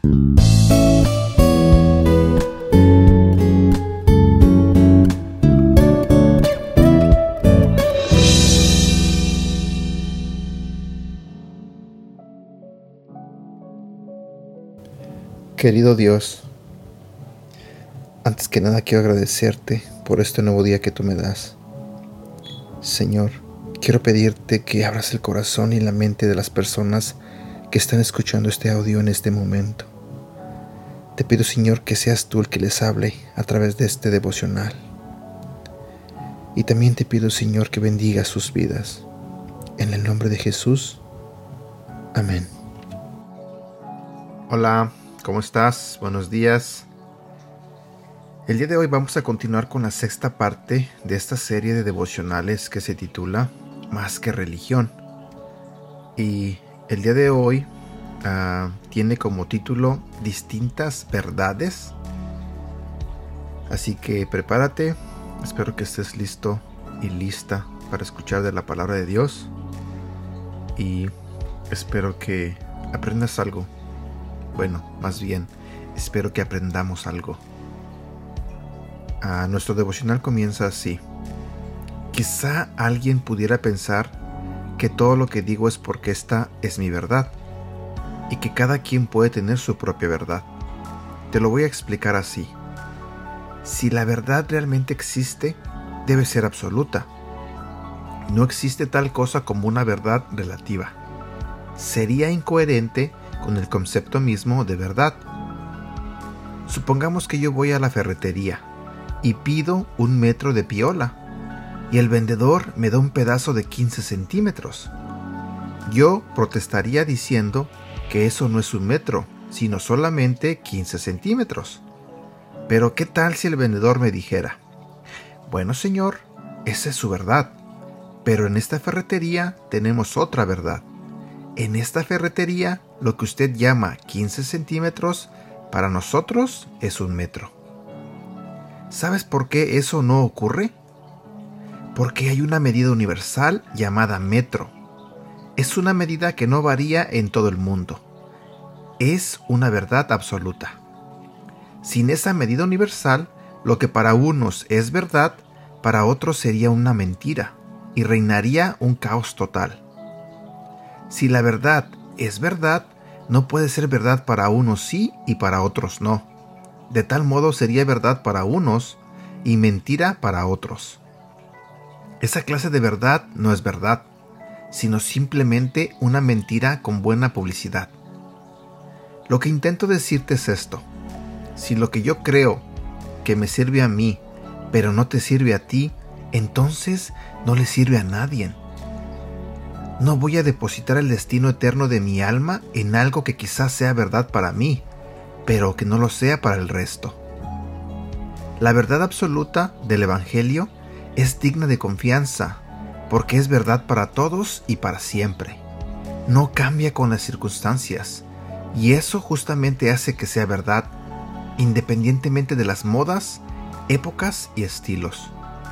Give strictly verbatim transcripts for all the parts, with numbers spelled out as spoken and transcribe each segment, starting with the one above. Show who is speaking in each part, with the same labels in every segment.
Speaker 1: Querido Dios, antes que nada quiero agradecerte por este nuevo día que tú me das. Señor, quiero pedirte que abras el corazón y la mente de las personas que están escuchando este audio en este momento. Te pido, Señor, que seas tú el que les hable a través de este devocional. Y también te pido, Señor, que bendiga sus vidas. En el nombre de Jesús. Amén. Hola, ¿cómo estás? Buenos días. El día de hoy vamos a continuar con la sexta parte de esta serie de devocionales que se titula Más que religión. Y el día de hoy uh, tiene como título Distintas verdades. Así que prepárate. Espero que estés listo y lista para escuchar de la palabra de Dios. Y espero que aprendas algo. Bueno, más bien, espero que aprendamos algo. Ah, nuestro devocional comienza así. Quizá alguien pudiera pensar que todo lo que digo es porque esta es mi verdad y que cada quien puede tener su propia verdad. Te lo voy a explicar así. Si la verdad realmente existe, debe ser absoluta. No existe tal cosa como una verdad relativa. Sería incoherente con el concepto mismo de verdad. Supongamos que yo voy a la ferretería y pido un metro de piola y el vendedor me da un pedazo de quince centímetros. Yo protestaría diciendo que eso no es un metro, sino solamente quince centímetros. Pero ¿qué tal si el vendedor me dijera: bueno, señor, esa es su verdad, pero en esta ferretería tenemos otra verdad. En esta ferretería, lo que usted llama quince centímetros, para nosotros es un metro. ¿Sabes por qué eso no ocurre? Porque hay una medida universal llamada metro. Es una medida que no varía en todo el mundo. Es una verdad absoluta. Sin esa medida universal, lo que para unos es verdad, para otros sería una mentira y reinaría un caos total. Si la verdad es verdad, no puede ser verdad para unos sí y para otros no. De tal modo sería verdad para unos y mentira para otros. Esa clase de verdad no es verdad, sino simplemente una mentira con buena publicidad. Lo que intento decirte es esto. Si lo que yo creo que me sirve a mí, pero no te sirve a ti, entonces no le sirve a nadie. No voy a depositar el destino eterno de mi alma en algo que quizás sea verdad para mí, pero que no lo sea para el resto. La verdad absoluta del Evangelio es digna de confianza, porque es verdad para todos y para siempre. No cambia con las circunstancias, y eso justamente hace que sea verdad, independientemente de las modas, épocas y estilos.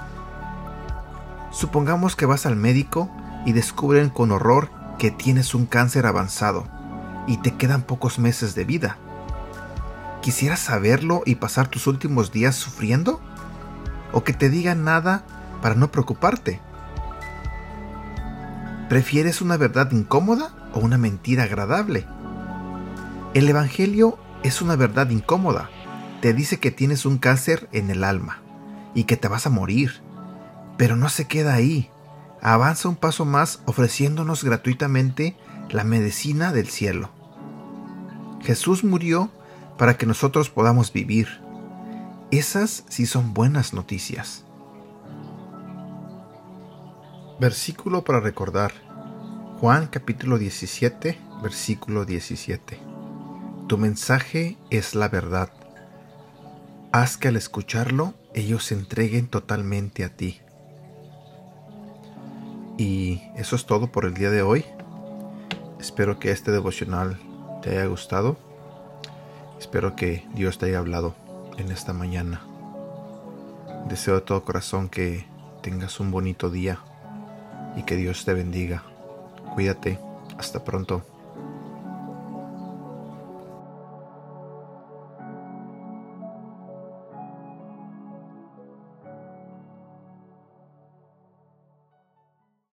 Speaker 1: Supongamos que vas al médico y descubren con horror que tienes un cáncer avanzado y te quedan pocos meses de vida. ¿Quisieras saberlo y pasar tus últimos días sufriendo? ¿O que te digan nada para no preocuparte? ¿Prefieres una verdad incómoda o una mentira agradable? El Evangelio es una verdad incómoda. Te dice que tienes un cáncer en el alma y que te vas a morir. Pero no se queda ahí. Avanza un paso más ofreciéndonos gratuitamente la medicina del cielo. Jesús murió para que nosotros podamos vivir. Esas sí son buenas noticias. Versículo para recordar. Juan capítulo diecisiete, versículo diecisiete. Tu mensaje es la verdad. Haz que al escucharlo ellos se entreguen totalmente a ti. Y eso es todo por el día de hoy. Espero que este devocional te haya gustado. Espero que Dios te haya hablado en esta mañana. Deseo de todo corazón que tengas un bonito día y que Dios te bendiga. Cuídate. Hasta pronto.